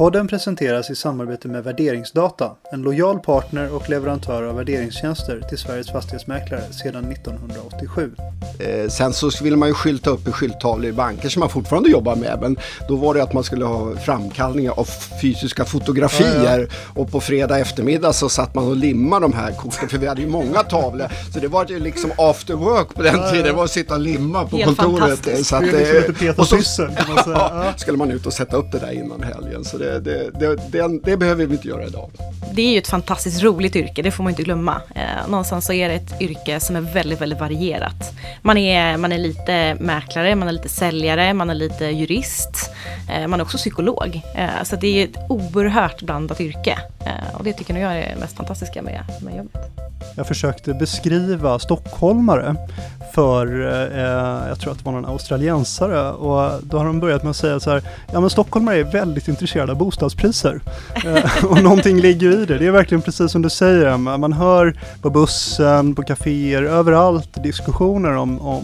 Podden presenteras i samarbete med Värderingsdata, en lojal partner och leverantör av värderingstjänster till Sveriges fastighetsmäklare sedan 1987. Sen så vill man ju skylta upp i skylttavlor i banker som man fortfarande jobbar med, men då var det att man skulle ha framkallningar av fysiska fotografier och på fredag eftermiddag så satt man och limmade de här korten, för vi hade ju många tavlor, så det var ju liksom after work på den tiden, det var att sitta och limma på helt kontoret. Så att, det är lite Peter Syssen, kan man säga. Skulle man ut och sätta upp det där innan helgen, så det behöver vi inte göra idag. Det är ju ett fantastiskt roligt yrke, det får man inte glömma. Någonstans så är det ett yrke som är väldigt, väldigt varierat. Man är lite mäklare, man är lite säljare, man är lite jurist, man är också psykolog. Så det är ett oerhört blandat yrke. Och det tycker jag är det mest fantastiska med jobbet. Jag försökte beskriva stockholmare för, jag tror att det var någon australiensare, och då har de börjat med att säga så här: ja, men stockholmare är väldigt intresserade av bostadspriser. Och någonting ligger i det. Det är verkligen precis som du säger, man hör på bussen, på kaféer, överallt diskussioner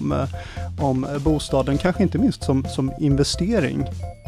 om bostaden, kanske inte minst som investering.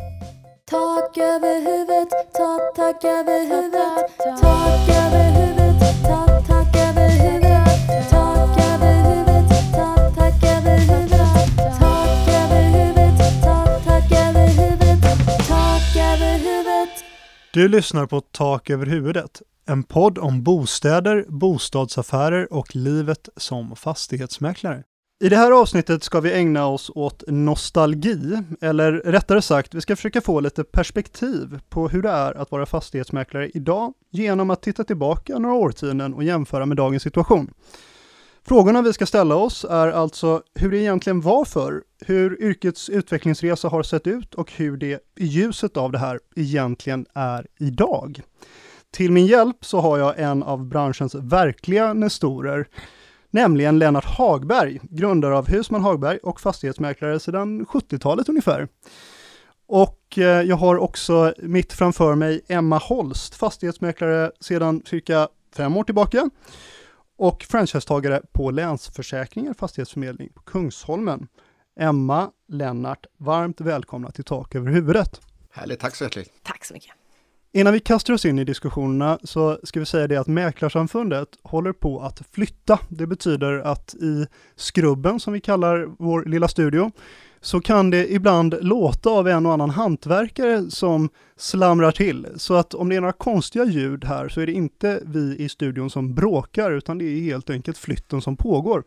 Tak över huvudet, tak över huvudet, tak över huvudet, tak över huvudet, tak över huvudet, tak över huvudet, tak över huvudet, tak över huvudet, tak över huvudet. Du lyssnar på Tak över huvudet, en podd om bostäder, bostadsaffärer och livet som fastighetsmäklare. I det här avsnittet ska vi ägna oss åt nostalgi, eller rättare sagt, vi ska försöka få lite perspektiv på hur det är att vara fastighetsmäklare idag genom att titta tillbaka några årtionden och jämföra med dagens situation. Frågorna vi ska ställa oss är alltså hur det egentligen var förr, hur yrkets utvecklingsresa har sett ut och hur det i ljuset av det här egentligen är idag. Till min hjälp så har jag en av branschens verkliga nestorer, nämligen Lennart Hagberg, grundare av Husman Hagberg och fastighetsmäklare sedan 70-talet ungefär. Och jag har också mitt framför mig Emma Holst, fastighetsmäklare sedan cirka 5 år tillbaka och franchisetagare på Länsförsäkringar fastighetsförmedling på Kungsholmen. Emma, Lennart, varmt välkomna till Tak över huvudet. Härligt, tack så hjärtligt. Tack så mycket. Innan vi kastar oss in i diskussionerna så ska vi säga det att Mäklarsamfundet håller på att flytta. Det betyder att i skrubben, som vi kallar vår lilla studio, så kan det ibland låta av en och annan hantverkare som slamrar till. Så att om det är några konstiga ljud här så är det inte vi i studion som bråkar, utan det är helt enkelt flytten som pågår.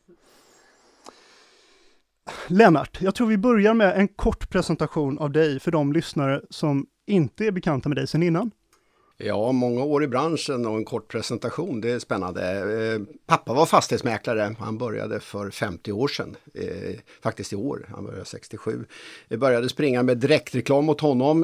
Lennart, jag tror vi börjar med en kort presentation av dig för de lyssnare som inte är bekanta med dig sedan innan. Ja, många år i branschen och en kort presentation, det är spännande. Pappa var fastighetsmäklare, han började för 50 år sedan, faktiskt i år, han började 67. Jag började springa med direktreklam åt honom,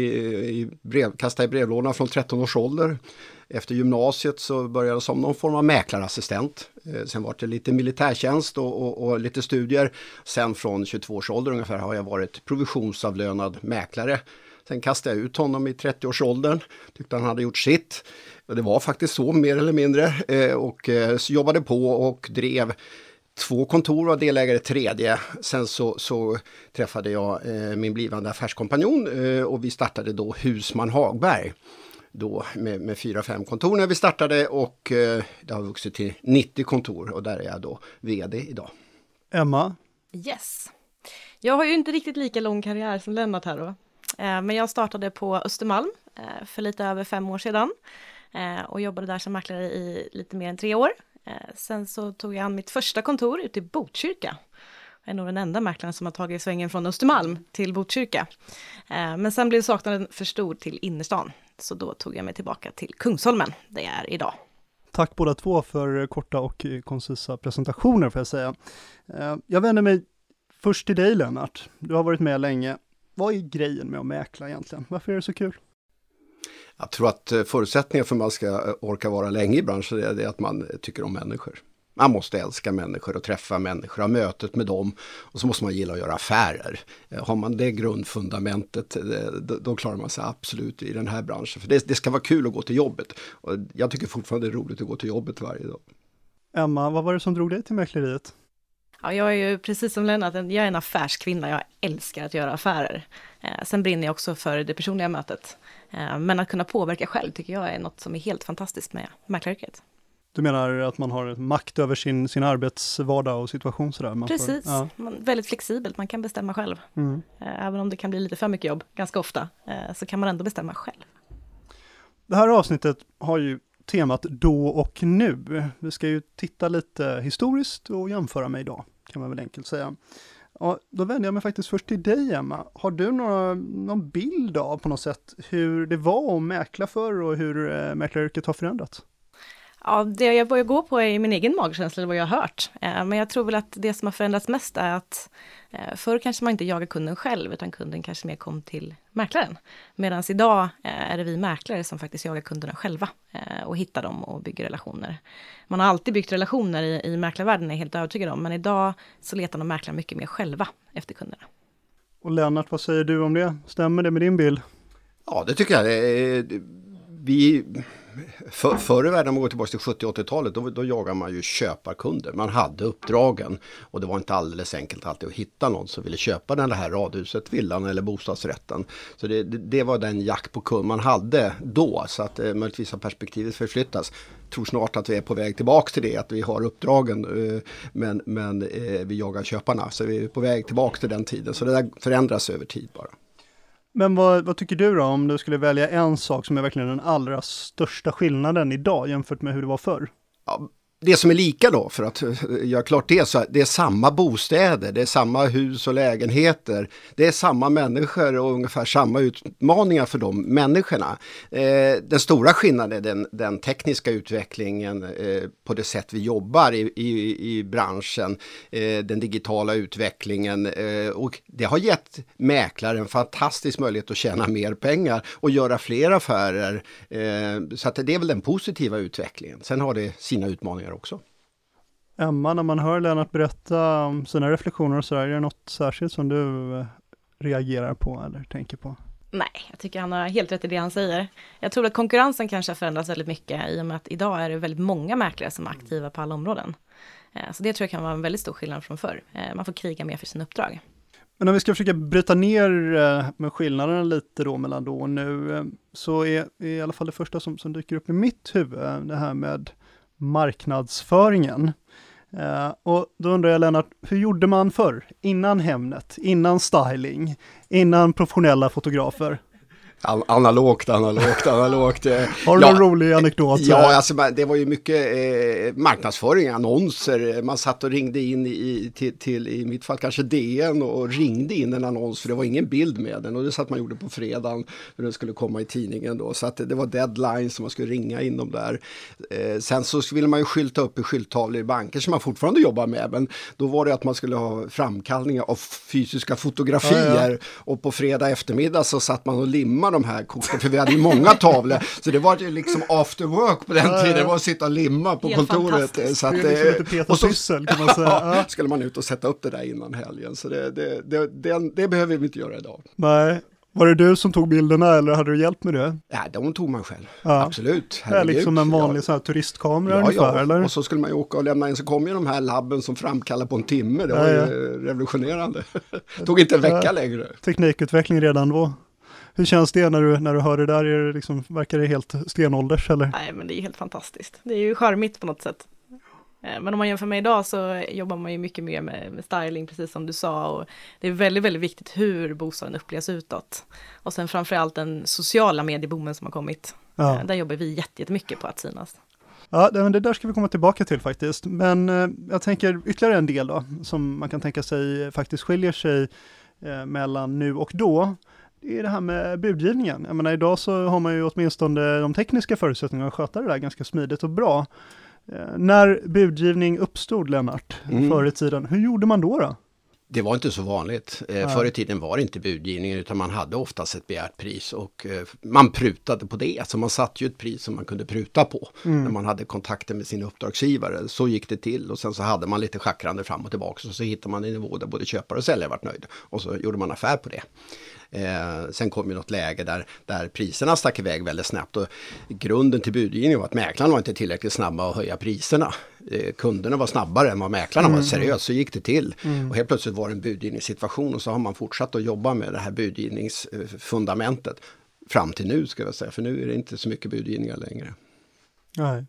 kasta i brevlådan från 13 års ålder. Efter gymnasiet så började jag som någon form av mäklarassistent. Sen var det lite militärtjänst och lite studier. Sen från 22 års ålder ungefär har jag varit provisionsavlönad mäklare. Sen kastade jag ut honom i 30-årsåldern. Tyckte han hade gjort sitt. Och det var faktiskt så, mer eller mindre. Och så jobbade på och drev 2 kontor, var delägare i 3:e. Sen så träffade jag min blivande affärskompanjon. Och vi startade då Husman Hagberg. Då med 4-5 kontor när vi startade. Och det har vuxit till 90 kontor. Och där är jag då vd idag. Emma? Yes. Jag har ju inte riktigt lika lång karriär som Lennart här då. Men jag startade på Östermalm för lite över 5 år sedan och jobbade där som mäklare i lite mer än 3 år. Sen så tog jag an mitt första kontor ute i Botkyrka. Jag är nog den enda mäklaren som har tagit svängen från Östermalm till Botkyrka. Men sen blev saknaden för stor till innerstan. Så då tog jag mig tillbaka till Kungsholmen där jag är idag. Tack båda två för korta och koncisa presentationer, får jag säga. Jag vänder mig först till dig, Lennart. Du har varit med länge. Vad är grejen med att mäkla egentligen? Varför är det så kul? Jag tror att förutsättningen för att man ska orka vara länge i branschen är att man tycker om människor. Man måste älska människor och träffa människor, ha mötet med dem, och så måste man gilla att göra affärer. Har man det grundfundamentet, då klarar man sig absolut i den här branschen. För det ska vara kul att gå till jobbet. Och jag tycker fortfarande det är roligt att gå till jobbet varje dag. Emma, vad var det som drog dig till mäkleriet? Ja, jag är ju precis som Lennart, jag är en affärskvinna, jag älskar att göra affärer. Sen brinner jag också för det personliga mötet. Men att kunna påverka själv tycker jag är något som är helt fantastiskt med mäklaryrket. Du menar att man har makt över sin arbetsvardag och situation sådär? Precis, väldigt flexibelt, man kan bestämma själv. Även om det kan bli lite för mycket jobb ganska ofta, så kan man ändå bestämma själv. Det här avsnittet har ju temat då och nu. Vi ska ju titta lite historiskt och jämföra med idag, kan man väl enkelt säga. Ja, då vänder jag mig faktiskt först till dig, Emma. Har du någon bild av på något sätt hur det var att mäkla för och hur mäklaryrket har förändrats? Ja, det jag börjar gå på är min egen magkänsla, vad jag har hört. Men jag tror väl att det som har förändrats mest är att förr kanske man inte jagar kunden själv, utan kunden kanske mer kom till mäklaren. Medan idag är det vi mäklare som faktiskt jagar kunderna själva och hittar dem och bygger relationer. Man har alltid byggt relationer i mäklarvärlden, är jag helt övertygad om. Men idag så letar de mäklare mycket mer själva efter kunderna. Och Lennart, vad säger du om det? Stämmer det med din bild? Ja, det tycker jag. Förr i världen, om man går tillbaka till 70-80-talet, då jagar man ju köparkunder. Man hade uppdragen och det var inte alldeles enkelt alltid att hitta någon som ville köpa det här radhuset, villan eller bostadsrätten. Så det var den jakt på kund man hade då, så att möjligtvis har perspektivet förflyttas. Jag tror snart att vi är på väg tillbaka till det, att vi har uppdragen men vi jagar köparna. Så vi är på väg tillbaka till den tiden, så det där förändras över tid bara. Men vad tycker du då om du skulle välja en sak som är verkligen den allra största skillnaden idag jämfört med hur det var förr? Ja, det som är lika då, för att göra klart det, så det är samma bostäder, det är samma hus och lägenheter, det är samma människor och ungefär samma utmaningar för de människorna. Den stora skillnaden är den tekniska utvecklingen på det sätt vi jobbar i branschen, den digitala utvecklingen, och det har gett mäklare en fantastisk möjlighet att tjäna mer pengar och göra fler affärer, så att det är väl den positiva utvecklingen. Sen har det sina utmaningar också. Emma, när man hör Lennart berätta om sina reflektioner och så där, är det något särskilt som du reagerar på eller tänker på? Nej, jag tycker han har helt rätt i det han säger. Jag tror att konkurrensen kanske har förändrats väldigt mycket i och med att idag är det väldigt många mäklare som är aktiva på alla områden. Så det tror jag kan vara en väldigt stor skillnad från förr. Man får kriga mer för sina uppdrag. Men om vi ska försöka bryta ner med skillnaderna lite då mellan då och nu, så är i alla fall det första som dyker upp i mitt huvud det här med marknadsföringen. Och då undrar jag, Lennart, hur gjorde man förr? Innan Hemnet, innan styling, innan professionella fotografer? Analogt. Har du någon rolig anekdot? Ja, alltså, det var ju mycket marknadsföring, annonser. Man satt och ringde in i mitt fall kanske DN och ringde in en annons, för det var ingen bild med den. Och det satt man gjorde på fredagen för den skulle komma i tidningen då. Så att det var deadline som man skulle ringa in dem där. Sen så ville man ju skylta upp i skylttavlor i banker som man fortfarande jobbar med. Men då var det att man skulle ha framkallningar av fysiska fotografier. Ja. Och på fredag eftermiddag så satt man och limmade de här korten, för vi hade ju många tavlor, så det var ju liksom after work på den tiden, det var att sitta och limma på kontoret. Så att, det är liksom lite och så pyssel, kan man säga. Skulle man ut och sätta upp det där innan helgen, så det behöver vi inte göra idag. Nej. Var det du som tog bilderna eller hade du hjälp med det? Ja, de tog man själv. Ja. Absolut. Det är liksom en vanlig så här turistkamera ungefär, eller? Och så skulle man ju åka och lämna in, så kom ju de här labben som framkallar på en timme. Det var ju revolutionerande. Det tog inte en vecka längre. Teknikutveckling redan då. Hur känns det när du hör det där? Är det liksom, verkar det helt stenålders eller? Nej, men det är helt fantastiskt. Det är ju charmigt på något sätt. Men om man jämför med idag så jobbar man ju mycket mer med styling, precis som du sa. Och det är väldigt, väldigt viktigt hur bostaden upplevs utåt. Och sen framförallt den sociala medieboomen som har kommit. Ja. Där jobbar vi jättemycket på att synas. Ja, det där ska vi komma tillbaka till faktiskt. Men jag tänker ytterligare en del då, som man kan tänka sig faktiskt skiljer sig mellan nu och då. Det är det här med budgivningen. Jag menar, idag så har man ju åtminstone de tekniska förutsättningarna att sköta det där ganska smidigt och bra. När budgivning uppstod, Lennart, förr i tiden, hur gjorde man då? Det var inte så vanligt. Förr i tiden var det inte budgivningen, utan man hade oftast ett begärt pris och man prutade på det. Så man satt ju ett pris som man kunde pruta på när man hade kontakter med sin uppdragsgivare. Så gick det till, och sen så hade man lite schackrande fram och tillbaka, och så hittade man en nivå där både köpare och säljare varit nöjda. Och så gjorde man affär på det. Sen kom ju något läge där priserna stack iväg väldigt snabbt, och grunden till budgivningen var att mäklarna var inte tillräckligt snabba att höja priserna. kunderna var snabbare än vad mäklarna var seriösa, så gick det till. Och helt plötsligt var det en budgivningssituation och så har man fortsatt att jobba med det här budgivningsfundamentet fram till nu, ska jag säga, för nu är det inte så mycket budgivningar längre. Nej.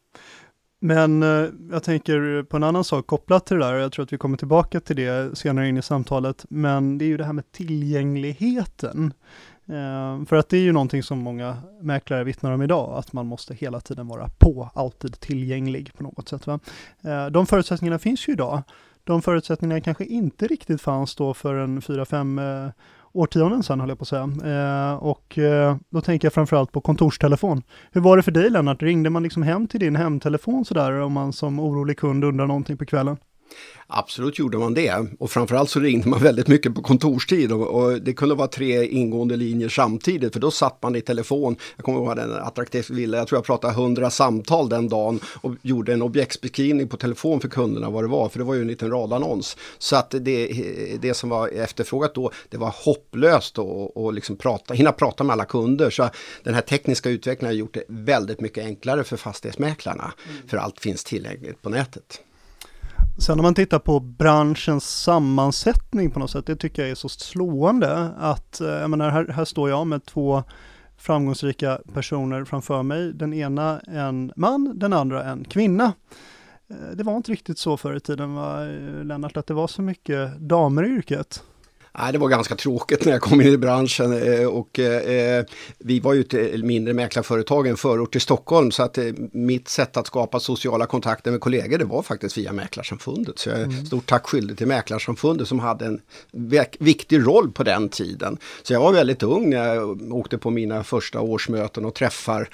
Men jag tänker på en annan sak kopplat till det där, och jag tror att vi kommer tillbaka till det senare in i samtalet, men det är ju det här med tillgängligheten. För att det är ju någonting som många mäklare vittnar om idag, att man måste hela tiden vara på, alltid tillgänglig på något sätt. Va? De förutsättningarna finns ju idag. De förutsättningarna kanske inte riktigt fanns då för en 4-5 årtionden sedan, höll jag på att säga. Och då tänker jag framförallt på kontorstelefon. Hur var det för dig, Lennart? Ringde man liksom hem till din hemtelefon sådär om man som orolig kund undrar någonting på kvällen? Absolut gjorde man det, och framförallt så ringde man väldigt mycket på kontorstid och det kunde vara 3 ingående linjer samtidigt, för då satt man i telefon. Jag kommer ihåg den attraktiva villa, jag tror jag pratade 100 samtal den dagen och gjorde en objektsbeskrivning på telefon för kunderna vad det var, för det var ju en liten radannons. Så att det som var efterfrågat då, det var hopplöst och liksom hinna prata med alla kunder, så den här tekniska utvecklingen har gjort det väldigt mycket enklare för fastighetsmäklarna, för allt finns tillgängligt på nätet. Sen när man tittar på branschens sammansättning på något sätt, det tycker jag är så slående att jag menar, här står jag med 2 framgångsrika personer framför mig. Den ena en man, den andra en kvinna. Det var inte riktigt så förr i tiden, va, Lennart, att det var så mycket damer i yrket. Nej, det var ganska tråkigt när jag kom in i branschen och vi var ju ett mindre mäklarföretag, en förort till Stockholm, så att mitt sätt att skapa sociala kontakter med kollegor, det var faktiskt via Mäklarsamfundet. Så jag är stort tack skyldig till Mäklarsamfundet som hade en viktig roll på den tiden. Så jag var väldigt ung när jag åkte på mina första årsmöten och träffar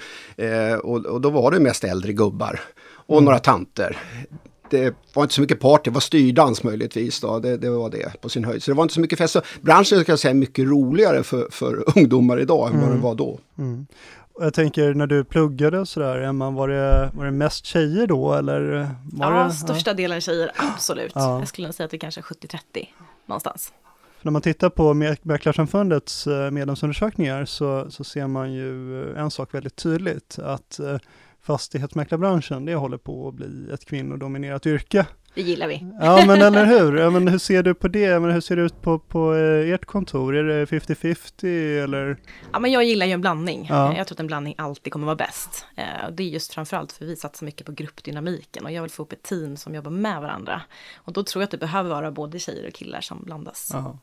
och då var det mest äldre gubbar och några tanter. Det var inte så mycket party, det var styrdans möjligtvis då, det var det på sin höjd. Så det var inte så mycket fest. Så branschen, ska jag säga, är mycket roligare för ungdomar idag än vad det var då. Mm. Och jag tänker, när du pluggade och sådär, Emma, var det mest tjejer då? Eller var det, största delen tjejer, absolut. Ja. Jag skulle nog säga att det kanske är 70-30 någonstans. När man tittar på Mäklarsamfundets medlemsundersökningar så ser man ju en sak väldigt tydligt, att fastighetsmäklarbranschen, det håller på att bli ett kvinnodominerat yrke. Det gillar vi. Ja, men eller hur? Ja, men hur ser du på det? Men hur ser det ut på ert kontor? Är det 50-50 eller? Ja, men jag gillar ju en blandning. Ja. Jag tror att en blandning alltid kommer vara bäst. Det är just framförallt för vi satsar mycket på gruppdynamiken och jag vill få upp ett team som jobbar med varandra. Och då tror jag att det behöver vara både tjejer och killar som blandas. Aha.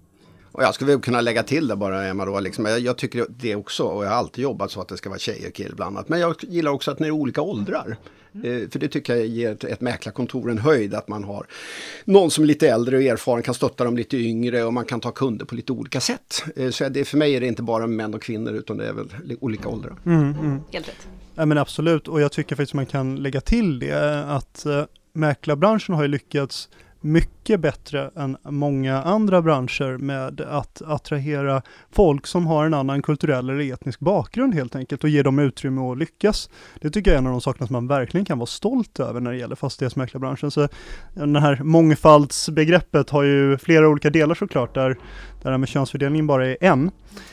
Och jag skulle väl kunna lägga till det bara, Emma, då, liksom. Jag tycker det också, och jag har alltid jobbat så att det ska vara tjejer och killar blandat. Men jag gillar också att när det är olika åldrar. För det tycker jag ger ett mäklarkontor en höjd, att man har någon som är lite äldre och erfaren, kan stötta dem lite yngre och man kan ta kunder på lite olika sätt. Så för mig är det inte bara män och kvinnor, utan det är väl olika åldrar. Helt rätt. Ja, men absolut, och jag tycker faktiskt man kan lägga till det, att mäklarbranschen har ju lyckats mycket bättre än många andra branscher med att attrahera folk som har en annan kulturell eller etnisk bakgrund helt enkelt, och ge dem utrymme att lyckas. Det tycker jag är en av de sakerna som man verkligen kan vara stolt över när det gäller fastighetsmäklarbranschen. Så det här mångfaldsbegreppet har ju flera olika delar såklart, där det här med könsfördelningen bara är en.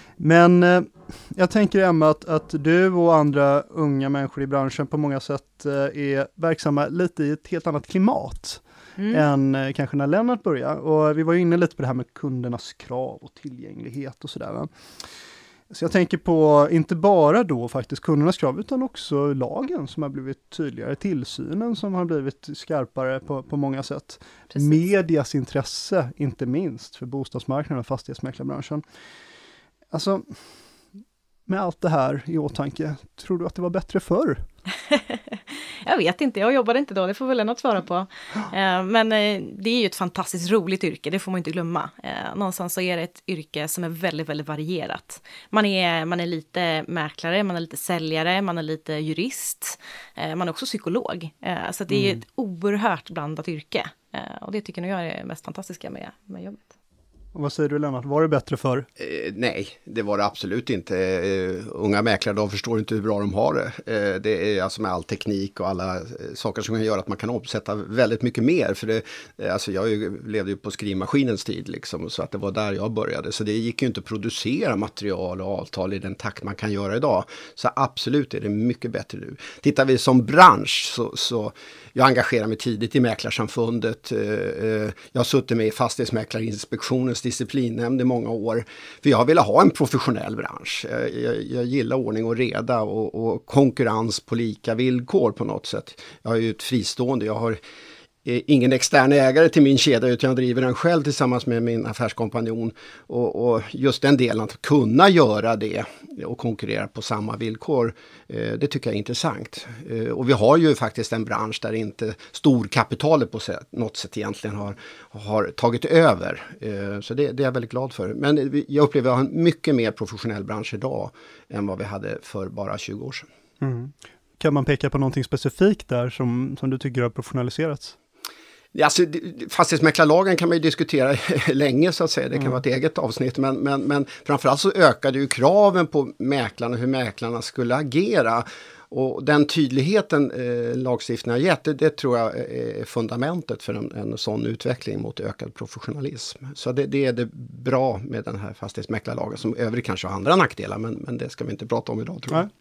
Men jag tänker, Emma, att du och andra unga människor i branschen på många sätt är verksamma lite i ett helt annat klimat än kanske när Lennart började. Och vi var ju inne lite på det här med kundernas krav och tillgänglighet och sådär, va? Så jag tänker på inte bara då faktiskt kundernas krav, utan också lagen som har blivit tydligare, tillsynen som har blivit skarpare på många sätt. Precis. Medias intresse, inte minst, för bostadsmarknaden och fastighetsmäklarbranschen. Alltså, med allt det här i åtanke, tror du att det var bättre förr? Jag vet inte, jag jobbade inte då, det får väl Lennart svara på. Men det är ju ett fantastiskt roligt yrke, det får man inte glömma. Någonstans så är det ett yrke som är väldigt, väldigt varierat. Man är lite mäklare, man är lite säljare, man är lite jurist, man är också psykolog. Så det är ett oerhört blandat yrke. Och det tycker nog jag är det mest fantastiska med jobbet. Och vad säger du, Lennart? Var det bättre för? Nej, det var det absolut inte. Unga mäklare, de förstår inte hur bra de har det. Det är alltså med all teknik och alla saker som kan göra att man kan omsätta väldigt mycket mer. För det, alltså levde ju på skrivmaskinens tid liksom, så att det var där jag började. Så det gick ju inte att producera material och avtal i den takt man kan göra idag. Så absolut är det mycket bättre nu. Tittar vi som bransch så jag engagerar mig tidigt i Mäklarsamfundet. Jag har suttit med i Fastighetsmäklarinspektionens disciplinnämnd i många år. För jag ville ha en professionell bransch. Jag gillar ordning och reda och konkurrens på lika villkor på något sätt. Jag är ju ett fristående, jag har ingen extern ägare till min kedja utan jag driver den själv tillsammans med min affärskompanjon. Och just den delen att kunna göra det och konkurrera på samma villkor, det tycker jag är intressant. Och vi har ju faktiskt en bransch där inte storkapitalet på något sätt egentligen har tagit över. Så det är jag väldigt glad för. Men jag upplever att vi har en mycket mer professionell bransch idag än vad vi hade för bara 20 år sedan. Mm. Kan man peka på någonting specifikt där som du tycker har professionaliserats? Alltså, fastighetsmäklarlagen kan man ju diskutera länge så att säga, det kan vara ett eget avsnitt, men framförallt så ökade ju kraven på mäklarna, hur mäklarna skulle agera, och den tydligheten lagstiftningen har gett, det tror jag är fundamentet för en sån utveckling mot ökad professionalism. Så det är det bra med den här fastighetsmäklarlagen, som övrigt kanske har andra nackdelar, men det ska vi inte prata om idag, tror jag. Nej.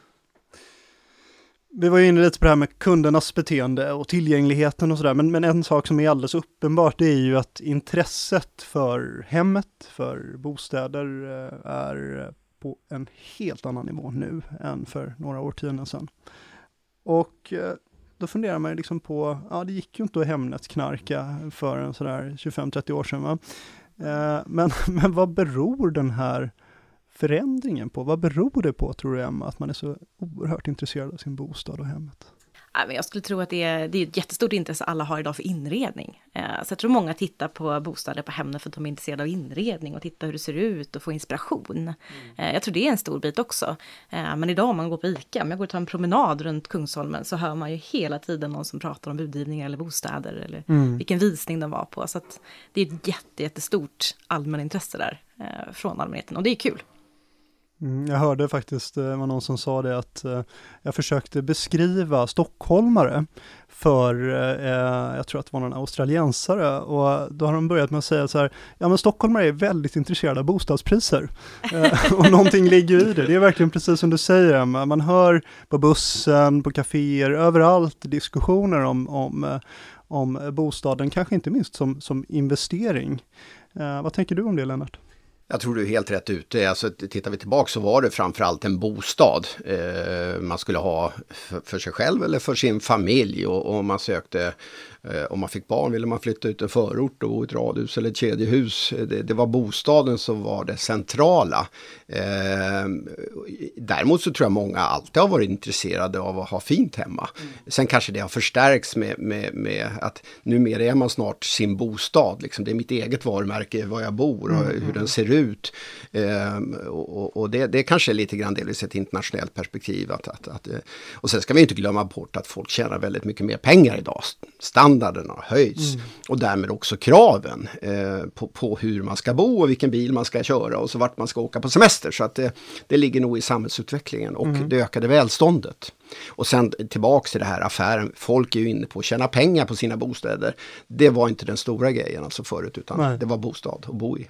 Vi var ju inne lite på det här med kundernas beteende och tillgängligheten och sådär, men en sak som är alldeles uppenbart, det är ju att intresset för hemmet, för bostäder är på en helt annan nivå nu än för några årtionden sedan. Och då funderar man ju liksom på, det gick ju inte att Hemnet-knarka för en sådär 25-30 år sedan, va? Men vad beror den här förändringen på? Vad beror det på, tror du, Emma, att man är så oerhört intresserad av sin bostad och hemmet? Men jag skulle tro att det är ett jättestort intresse alla har idag för inredning. Så jag tror många tittar på bostäder på Hemnet för att de är intresserade av inredning och titta hur det ser ut och få inspiration. Jag tror det är en stor bit också. Men idag om man går på ICA, om jag går och tar en promenad runt Kungsholmen, så hör man ju hela tiden någon som pratar om budgivningar eller bostäder eller vilken visning de var på. Så att det är ett jättestort allmänintresse där från allmänheten, och det är kul. Jag hörde faktiskt, det var någon som sa det, att jag försökte beskriva stockholmare för, jag tror att det var någon australiensare, och då har de börjat med att säga så här, men stockholmare är väldigt intresserade av bostadspriser. Och någonting ligger i det. Det är verkligen precis som du säger, Emma. Man hör på bussen, på kaféer, överallt diskussioner om bostaden, kanske inte minst som investering. Vad tänker du om det, Lennart? Jag tror du är helt rätt ute. Alltså, tittar vi tillbaka så var det framförallt en bostad man skulle ha för sig själv eller för sin familj. Och om man sökte, om man fick barn ville man flytta ut en förort och bo i ett radhus eller ett kedjehus. Det var bostaden som var det centrala. Däremot så tror jag många alltid har varit intresserade av att ha fint hemma. Sen kanske det har förstärkts med att numera är man snart sin bostad. Liksom. Det är mitt eget varumärke, var jag bor och hur den ser ut. Och det kanske är lite grann delvis ett internationellt perspektiv. Och sen ska vi inte glömma bort att folk tjänar väldigt mycket mer pengar idag. Standarden har höjts. Och därmed också kraven på hur man ska bo och vilken bil man ska köra och så vart man ska åka på semester. Så att det ligger nog i samhällsutvecklingen och det ökade välståndet. Och sen tillbaks till det här affären. Folk är ju inne på att tjäna pengar på sina bostäder. Det var inte den stora grejen alltså förut, utan det var bostad att bo i.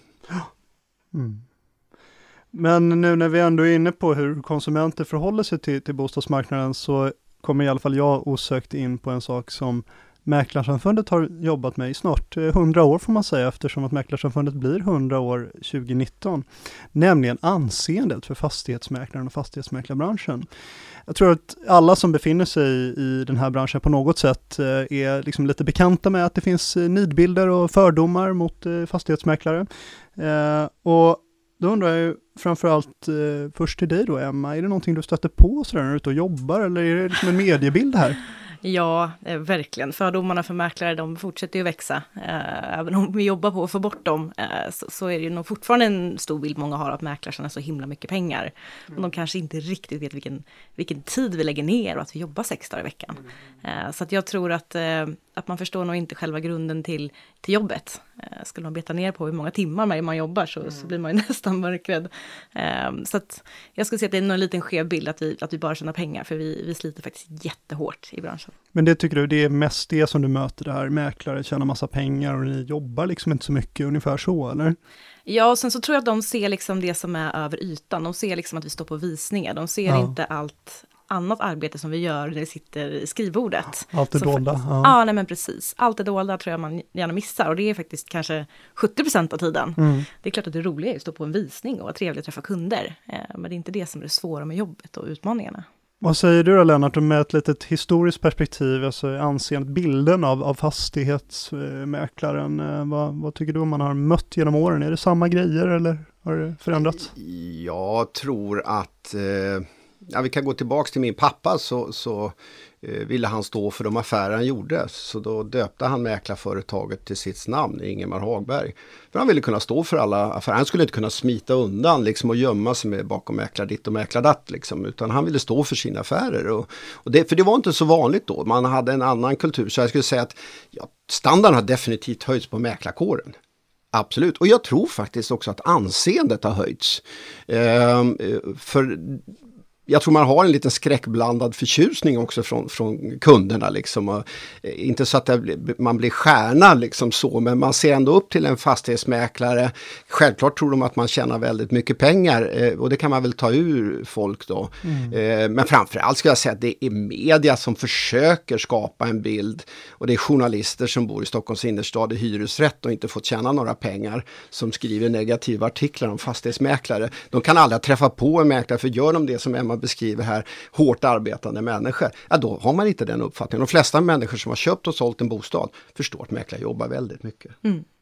Men nu när vi ändå är inne på hur konsumenter förhåller sig till bostadsmarknaden, så kommer i alla fall jag osökt in på en sak som Mäklarsamfundet har jobbat med i snart 100 år, får man säga, eftersom att Mäklarsamfundet blir 100 år 2019, nämligen anseendet för fastighetsmäklaren och fastighetsmäklarbranschen. Jag tror att alla som befinner sig i den här branschen på något sätt är liksom lite bekanta med att det finns nidbilder och fördomar mot fastighetsmäklare. Och då undrar jag ju framförallt först till dig då, Emma, är det någonting du stöter på sådär när du är ute och jobbar, eller är det liksom en mediebild här? Ja, verkligen. Fördomarna för mäklare, de fortsätter ju växa. Även om vi jobbar på att få bort dem, så är det ju nog fortfarande en stor bild många har att mäklare tjänar så himla mycket pengar. Och de kanske inte riktigt vet vilken tid vi lägger ner och att vi jobbar 6 dagar i veckan. Så att jag tror att att man förstår nog inte själva grunden till jobbet. Skulle man beta ner på hur många timmar man jobbar så blir man ju nästan mörkrädd. Så att jag skulle säga att det är en liten skev bild att vi bara tjänar pengar, för vi sliter faktiskt jättehårt i branschen. Men det tycker du, det är mest det som du möter, det här mäklare tjänar massa pengar och ni jobbar liksom inte så mycket, ungefär så, eller? Ja, och sen så tror jag att de ser liksom det som är över ytan. De ser liksom att vi står på visningar. De ser inte allt annat arbete som vi gör när vi sitter i skrivbordet. Allt är dolda. Ja, nej men precis. Allt är dolda tror jag man gärna missar. Och det är faktiskt kanske 70% av tiden. Det är klart att det roliga är att stå på en visning och vara trevlig och träffa kunder. Men det är inte det som är det svåra med jobbet och utmaningarna. Vad säger du då, Lennart, med ett litet historiskt perspektiv, alltså anseendet, bilden av fastighetsmäklaren, vad tycker du om man har mött genom åren? Är det samma grejer eller har det förändrats? Jag tror att vi kan gå tillbaka till min pappa, så ville han stå för de affärer han gjorde. Så då döpte han mäklarföretaget till sitt namn, Ingemar Hagberg. För han ville kunna stå för alla affärer. Han skulle inte kunna smita undan liksom, och gömma sig med bakom mäklar ditt och mäklar datt. Liksom, utan han ville stå för sina affärer. För det var inte så vanligt då. Man hade en annan kultur. Så jag skulle säga att standarden har definitivt höjts på mäklarkåren. Absolut. Och jag tror faktiskt också att anseendet har höjts. För jag tror man har en liten skräckblandad förtjusning också från kunderna liksom. Och inte så att man blir stjärna liksom så, men man ser ändå upp till en fastighetsmäklare. Självklart tror de att man tjänar väldigt mycket pengar, och det kan man väl ta ur folk då. Men framförallt ska jag säga att det är media som försöker skapa en bild, och det är journalister som bor i Stockholms innerstad i hyresrätt och inte fått tjäna några pengar som skriver negativa artiklar om fastighetsmäklare. De kan aldrig träffa på en mäklare, för gör de det som Emma beskriver här, hårt arbetande människor, då har man inte den uppfattningen. De flesta människor som har köpt och sålt en bostad förstår att mäklare jobbar väldigt mycket.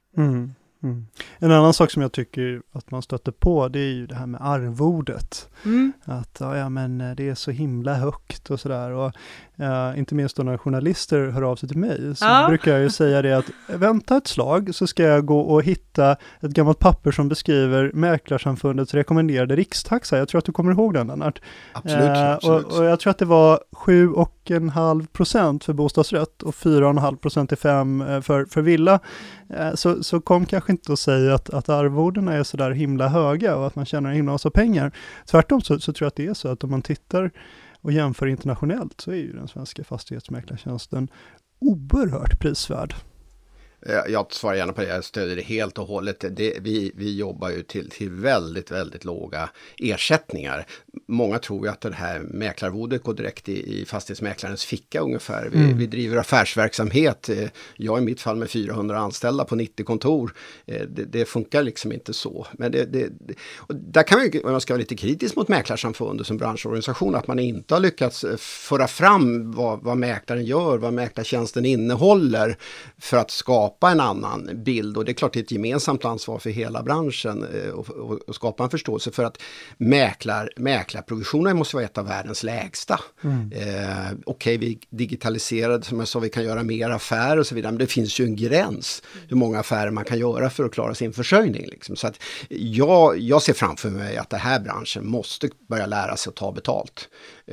En annan sak som jag tycker att man stöter på, det är ju det här med arvodet. Att men det är så himla högt och sådär. Och inte minst då när journalister hör av sig till mig, så brukar jag ju säga det att vänta ett slag, så ska jag gå och hitta ett gammalt papper som beskriver Mäklarsamfundets rekommenderade rikstaxa. Jag tror att du kommer ihåg den, Lennart. Absolut. Och jag tror att det var 7,5% för bostadsrätt och 4,5% till 5% för villa. Så kom kanske inte att säga att arvodena är så där himla höga och att man tjänar himla massa pengar. Tvärtom så tror jag att det är så att om man tittar och jämför internationellt, så är ju den svenska fastighetsmäklartjänsten oerhört prisvärd. Jag svarar gärna på det, jag stödjer det helt och hållet. Vi jobbar ju till väldigt, väldigt låga ersättningar. Många tror ju att det här mäklarvodet går direkt i fastighetsmäklarens ficka ungefär. Vi driver affärsverksamhet. Jag i mitt fall med 400 anställda på 90 kontor. Det funkar liksom inte så. Men och där kan man ska vara lite kritisk mot Mäklarsamfundet som branschorganisation, att man inte har lyckats föra fram vad mäklaren gör, vad mäklartjänsten innehåller för att skapa en annan bild. Och det är klart det är ett gemensamt ansvar för hela branschen och skapa en förståelse för att mäklarprovisionen måste vara ett av världens lägsta. Okej, vi digitaliserade, som jag sa, vi kan göra mer affärer och så vidare, men det finns ju en gräns hur många affärer man kan göra för att klara sin försörjning. Liksom. Så att jag ser framför mig att den här branschen måste börja lära sig att ta betalt.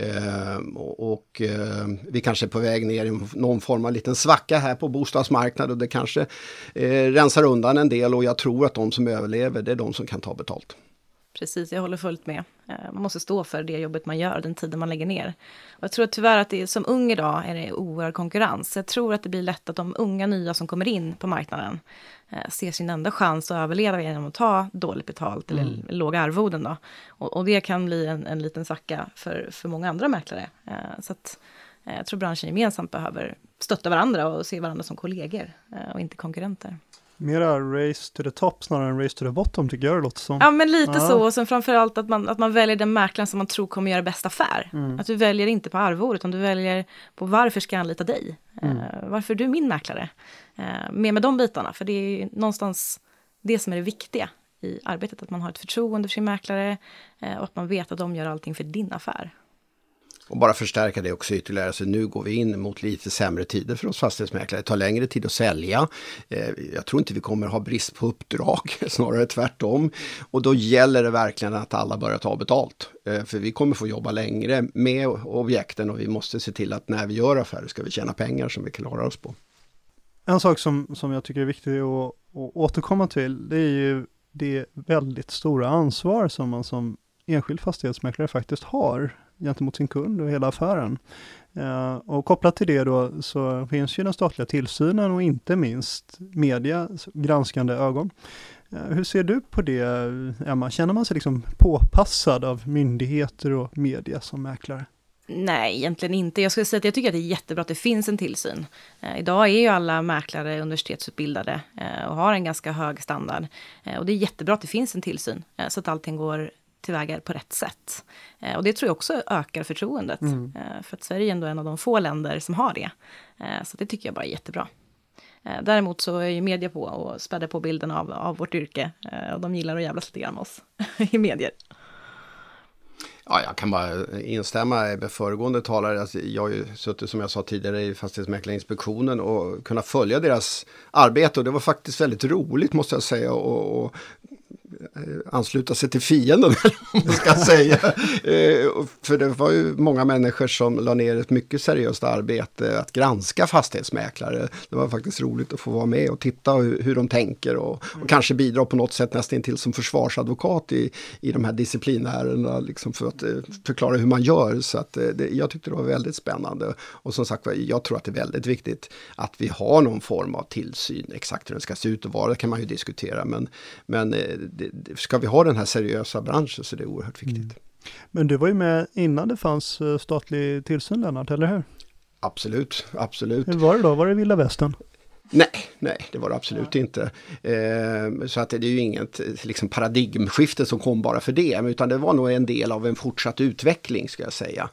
Vi kanske är på väg ner i någon form av liten svacka här på bostadsmarknaden, och det kanske rensar undan en del, och jag tror att de som överlever, det är de som kan ta betalt. Precis, jag håller fullt med. Man måste stå för det jobbet man gör, den tiden man lägger ner. Och jag tror att tyvärr att det är, som ung idag är det oerhörd konkurrens. Jag tror att det blir lätt att de unga nya som kommer in på marknaden ser sin enda chans att överleva genom att ta dåligt betalt eller låga arvoden då. Och det kan bli en liten sacka för många andra mäklare. Så att jag tror branschen gemensamt behöver stötta varandra och se varandra som kollegor och inte konkurrenter. Mera race to the top snarare än race to the bottom, tycker jag det låter som. Ja, men lite så. Och sen framförallt att man väljer den mäklaren som man tror kommer göra bäst affär. Att du väljer inte på arvor, utan du väljer på varför ska jag anlita dig. Varför är du min mäklare? Med de bitarna. För det är någonstans det som är det viktiga i arbetet. Att man har ett förtroende för sin mäklare och att man vet att de gör allting för din affär. Och bara förstärka det också ytterligare, så nu går vi in mot lite sämre tider för oss fastighetsmäklare. Det tar längre tid att sälja. Jag tror inte vi kommer ha brist på uppdrag, snarare tvärtom. Och då gäller det verkligen att alla börjar ta betalt. För vi kommer få jobba längre med objekten, och vi måste se till att när vi gör affärer ska vi tjäna pengar som vi klarar oss på. En sak som jag tycker är viktig att återkomma till, det är ju det väldigt stora ansvar som man som enskild fastighetsmäklare faktiskt har gentemot sin kund och hela affären. Och kopplat till det då så finns ju den statliga tillsynen och inte minst media, granskande ögon. Hur ser du på det, Emma? Känner man sig liksom påpassad av myndigheter och media som mäklare? Nej, egentligen inte. Jag skulle säga att jag tycker att det är jättebra att det finns en tillsyn. Idag är ju alla mäklare universitetsutbildade och har en ganska hög standard. Och det är jättebra att det finns en tillsyn så att allting går tillväga på rätt sätt. Och det tror jag också ökar förtroendet. För att Sverige är ändå en av de få länder som har det. Så det tycker jag bara är jättebra. Däremot så är ju media på och spädde på bilden av vårt yrke. Och de gillar att jävlas lite grann med oss i medier. Ja, jag kan bara instämma med föregående talare. Alltså, jag har ju suttit, som jag sa tidigare, i Fastighetsmäklarinspektionen och kunna följa deras arbete. Och det var faktiskt väldigt roligt, måste jag säga, och ansluta sig till fienden, om man ska säga. För det var ju många människor som la ner ett mycket seriöst arbete att granska fastighetsmäklare. Det var faktiskt roligt att få vara med och titta hur de tänker och kanske bidra på något sätt nästan till som försvarsadvokat i de här disciplinärerna, liksom för att förklara hur man gör. Så att jag tyckte det var väldigt spännande. Och som sagt, jag tror att det är väldigt viktigt att vi har någon form av tillsyn. Exakt hur den ska se ut och vara, det kan man ju diskutera. Men ska vi ha den här seriösa branschen så det är oerhört viktigt. Men du var ju med innan det fanns statlig tillsyn, Lennart, eller hur? Absolut. Hur var det då? Var det Vilda Västern? Nej, det var det absolut inte. Så att det är ju inget liksom paradigmskifte som kom bara för det, utan det var nog en del av en fortsatt utveckling, ska jag säga.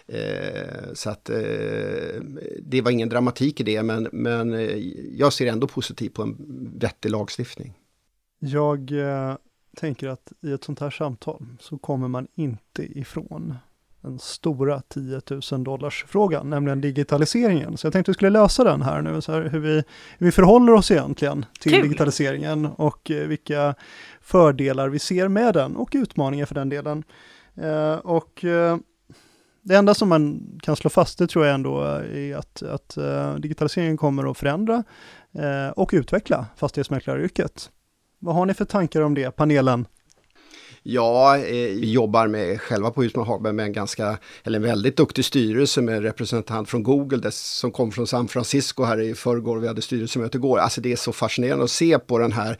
Så att det var ingen dramatik i det, men jag ser ändå positivt på en vettig lagstiftning. Jag tänker att i ett sånt här samtal så kommer man inte ifrån den stora $10,000-frågan, nämligen digitaliseringen. Så jag tänkte att vi skulle lösa den här nu, så här, hur vi förhåller oss egentligen till digitaliseringen och vilka fördelar vi ser med den och utmaningar för den delen. Det enda som man kan slå fast, det tror jag ändå, är att digitaliseringen kommer att förändra och utveckla fastighetsmäklaryrket. Vad har ni för tankar om det, panelen? Ja, vi jobbar själva på Husman Hagberg med en väldigt duktig styrelse med en representant från Google som kom från San Francisco här i förrgår. Vi hade styrelsemöte igår. Alltså det är så fascinerande att se på den här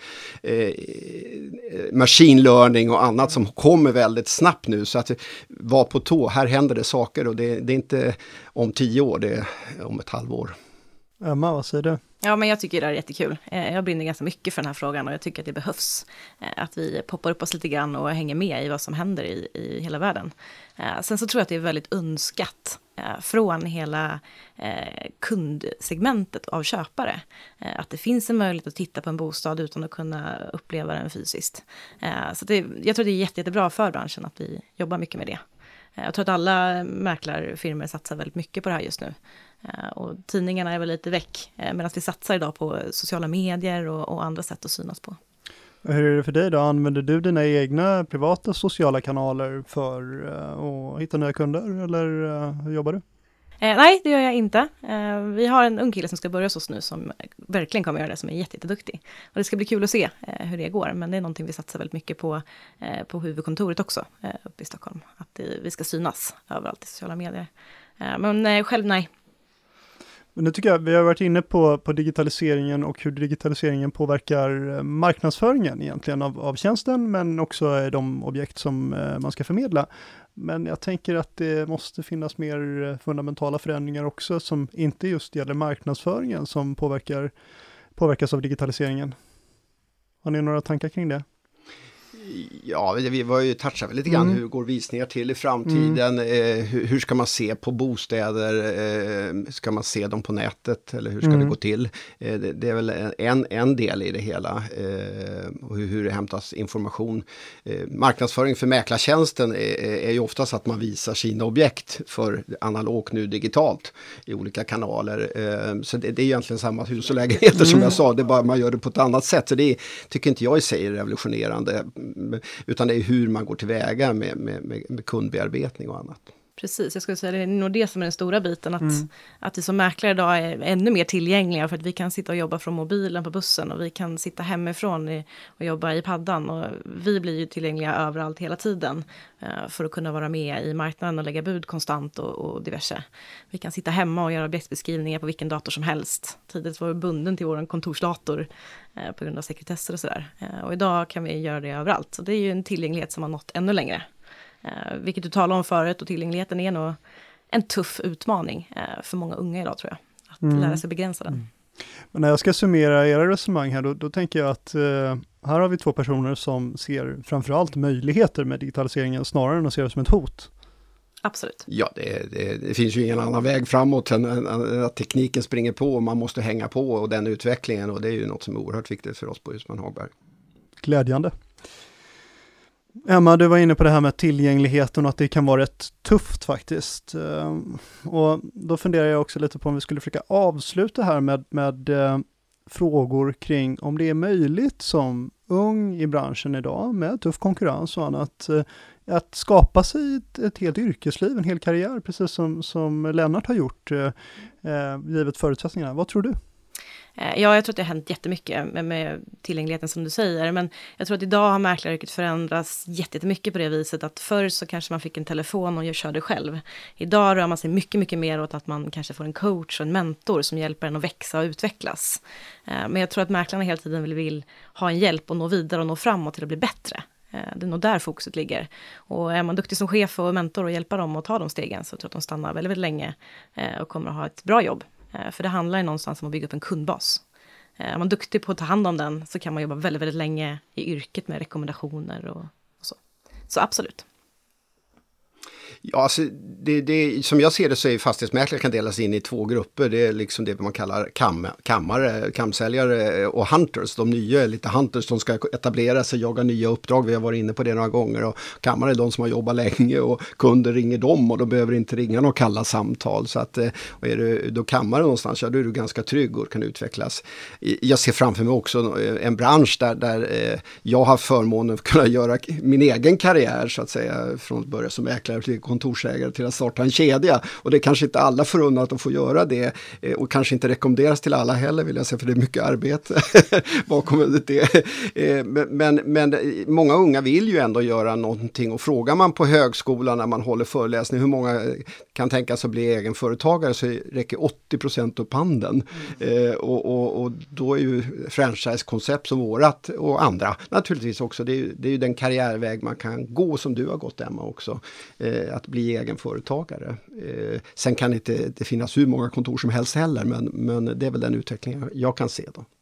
machine learning och annat som kommer väldigt snabbt nu. Så att var på tå, här händer det saker och det är inte om 10 år, det är om ett halvår. Emma, vad säger du? Ja, men jag tycker det är jättekul. Jag brinner ganska mycket för den här frågan och jag tycker att det behövs att vi poppar upp oss lite grann och hänger med i vad som händer i hela världen. Sen så tror jag att det är väldigt önskat från hela kundsegmentet av köpare. Att det finns en möjlighet att titta på en bostad utan att kunna uppleva den fysiskt. Så jag tror det är jättebra för branschen att vi jobbar mycket med det. Jag tror att alla mäklarfirmor satsar väldigt mycket på det här just nu. Och tidningarna är väl lite väck medan vi satsar idag på sociala medier och andra sätt att synas på. Hur är det för dig då? Använder du dina egna privata sociala kanaler för att hitta nya kunder eller hur jobbar du? Nej, det gör jag inte. Vi har en ung kille som ska börja hos oss nu som verkligen kommer göra det, som är jätteduktig. Och det ska bli kul att se hur det går. Men det är någonting vi satsar väldigt mycket på huvudkontoret också uppe i Stockholm. Att vi ska synas överallt i sociala medier. Men själv nej. Men nu tycker jag, vi har varit inne på digitaliseringen och hur digitaliseringen påverkar marknadsföringen egentligen av tjänsten, men också de objekt som man ska förmedla. Men jag tänker att det måste finnas mer fundamentala förändringar också som inte just gäller marknadsföringen som påverkas av digitaliseringen. Har ni några tankar kring det? Ja, vi var ju touchat lite grann. Hur går visningar till i framtiden? Hur ska man se på bostäder? Ska man se dem på nätet? Eller hur ska det gå till? Det är väl en del i det hela. Och hur det hämtas information. Marknadsföring för mäklartjänsten är ju oftast att man visar sina objekt för analogt nu digitalt i olika kanaler. Så det är egentligen samma hus och lägenheter som jag sa. Det är bara man gör det på ett annat sätt. Så det tycker inte jag i sig är revolutionerande. Utan det är hur man går tillväga med kundbearbetning och annat. Precis, jag skulle säga det är nog det som är den stora biten. Att vi som mäklare idag är ännu mer tillgängliga för att vi kan sitta och jobba från mobilen på bussen och vi kan sitta hemifrån och jobba i paddan. Och vi blir ju tillgängliga överallt hela tiden för att kunna vara med i marknaden och lägga bud konstant och diverse. Vi kan sitta hemma och göra objektbeskrivningar på vilken dator som helst. Tidigt var vi bunden till vår kontorsdator på grund av sekretesser och sådär. Och idag kan vi göra det överallt. Så det är ju en tillgänglighet som har nått ännu längre. Vilket du talade om förut, och tillgängligheten är nog en tuff utmaning för många unga idag, tror jag. Att lära sig begränsa den. Men när jag ska summera era resonemang här, då tänker jag att här har vi två personer som ser framförallt möjligheter med digitaliseringen snarare än att se det som ett hot. Absolut. Ja, det finns ju ingen annan väg framåt än att tekniken springer på och man måste hänga på och den utvecklingen, och det är ju något som är oerhört viktigt för oss på Husman Hagberg. Glädjande. Emma, du var inne på det här med tillgängligheten och att det kan vara rätt tufft faktiskt. Och då funderar jag också lite på om vi skulle försöka avsluta här med frågor kring om det är möjligt som ung i branschen idag med tuff konkurrens och annat att skapa sig ett helt yrkesliv, en hel karriär, precis som Lennart har gjort givet förutsättningarna. Vad tror du? Ja, jag tror att det har hänt jättemycket med tillgängligheten som du säger, men jag tror att idag har mäklaryrket förändrats jättemycket på det viset att förr så kanske man fick en telefon och körde själv. Idag rör man sig mycket, mycket mer åt att man kanske får en coach och en mentor som hjälper en att växa och utvecklas. Men jag tror att mäklarna hela tiden vill ha en hjälp och nå vidare och nå framåt till att bli bättre. Det är nog där fokuset ligger. Och är man duktig som chef och mentor och hjälper dem att ta de stegen, så tror jag att de stannar väldigt, väldigt länge och kommer att ha ett bra jobb. För det handlar ju någonstans om att bygga upp en kundbas. Är man duktig på att ta hand om den så kan man jobba väldigt, väldigt länge i yrket med rekommendationer och så. Så absolut. Ja, alltså det, som jag ser det så är fastighetsmäklare kan delas in i två grupper. Det är liksom det man kallar kamsäljare och hunters. De nya är lite hunters, de ska etablera sig, jaga nya uppdrag. Vi har varit inne på det några gånger. Och kammare är de som har jobbat länge och kunder ringer dem och de behöver inte ringa några kalla samtal. Så att, och är du då kammare någonstans, ja, då är du ganska trygg och kan utvecklas. Jag ser framför mig också en bransch där jag har förmånen att kunna göra min egen karriär så att säga, från att börja som mäklare till kontorsägare till att starta en kedja, och det är kanske inte alla förunnat att få göra det och kanske inte rekommenderas till alla heller, vill jag säga, för det är mycket arbete bakom det. Men många unga vill ju ändå göra någonting, och frågar man på högskolan när man håller föreläsning hur många kan tänka sig att bli egenföretagare, så räcker 80% upp handen. Och då är ju franchise-koncept som vårat och andra naturligtvis också, det är ju den karriärväg man kan gå som du har gått, Emma, också. Att bli egenföretagare. Sen kan inte det finnas hur många kontor som helst heller, men det är väl den utvecklingen jag kan se då.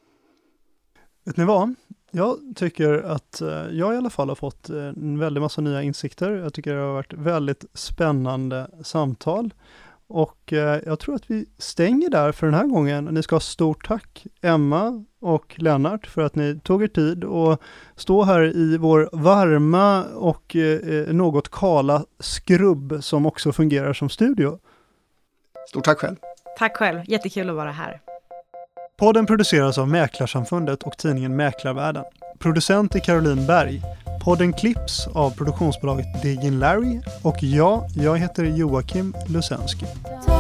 Vet ni vad? Jag tycker att jag i alla fall har fått en väldigt massa nya insikter. Jag tycker det har varit väldigt spännande samtal. Och jag tror att vi stänger där för den här gången. Ni ska ha stort tack, Emma och Lennart, för att ni tog er tid och stå här i vår varma och något kala skrubb som också fungerar som studio. Stort tack själv. Tack själv, jättekul att vara här. Podden produceras av Mäklarsamfundet och tidningen Mäklarvärlden. Producent är Caroline Berg. Podden klipps av produktionsbolaget Digin Larry och jag heter Joakim Lusensky.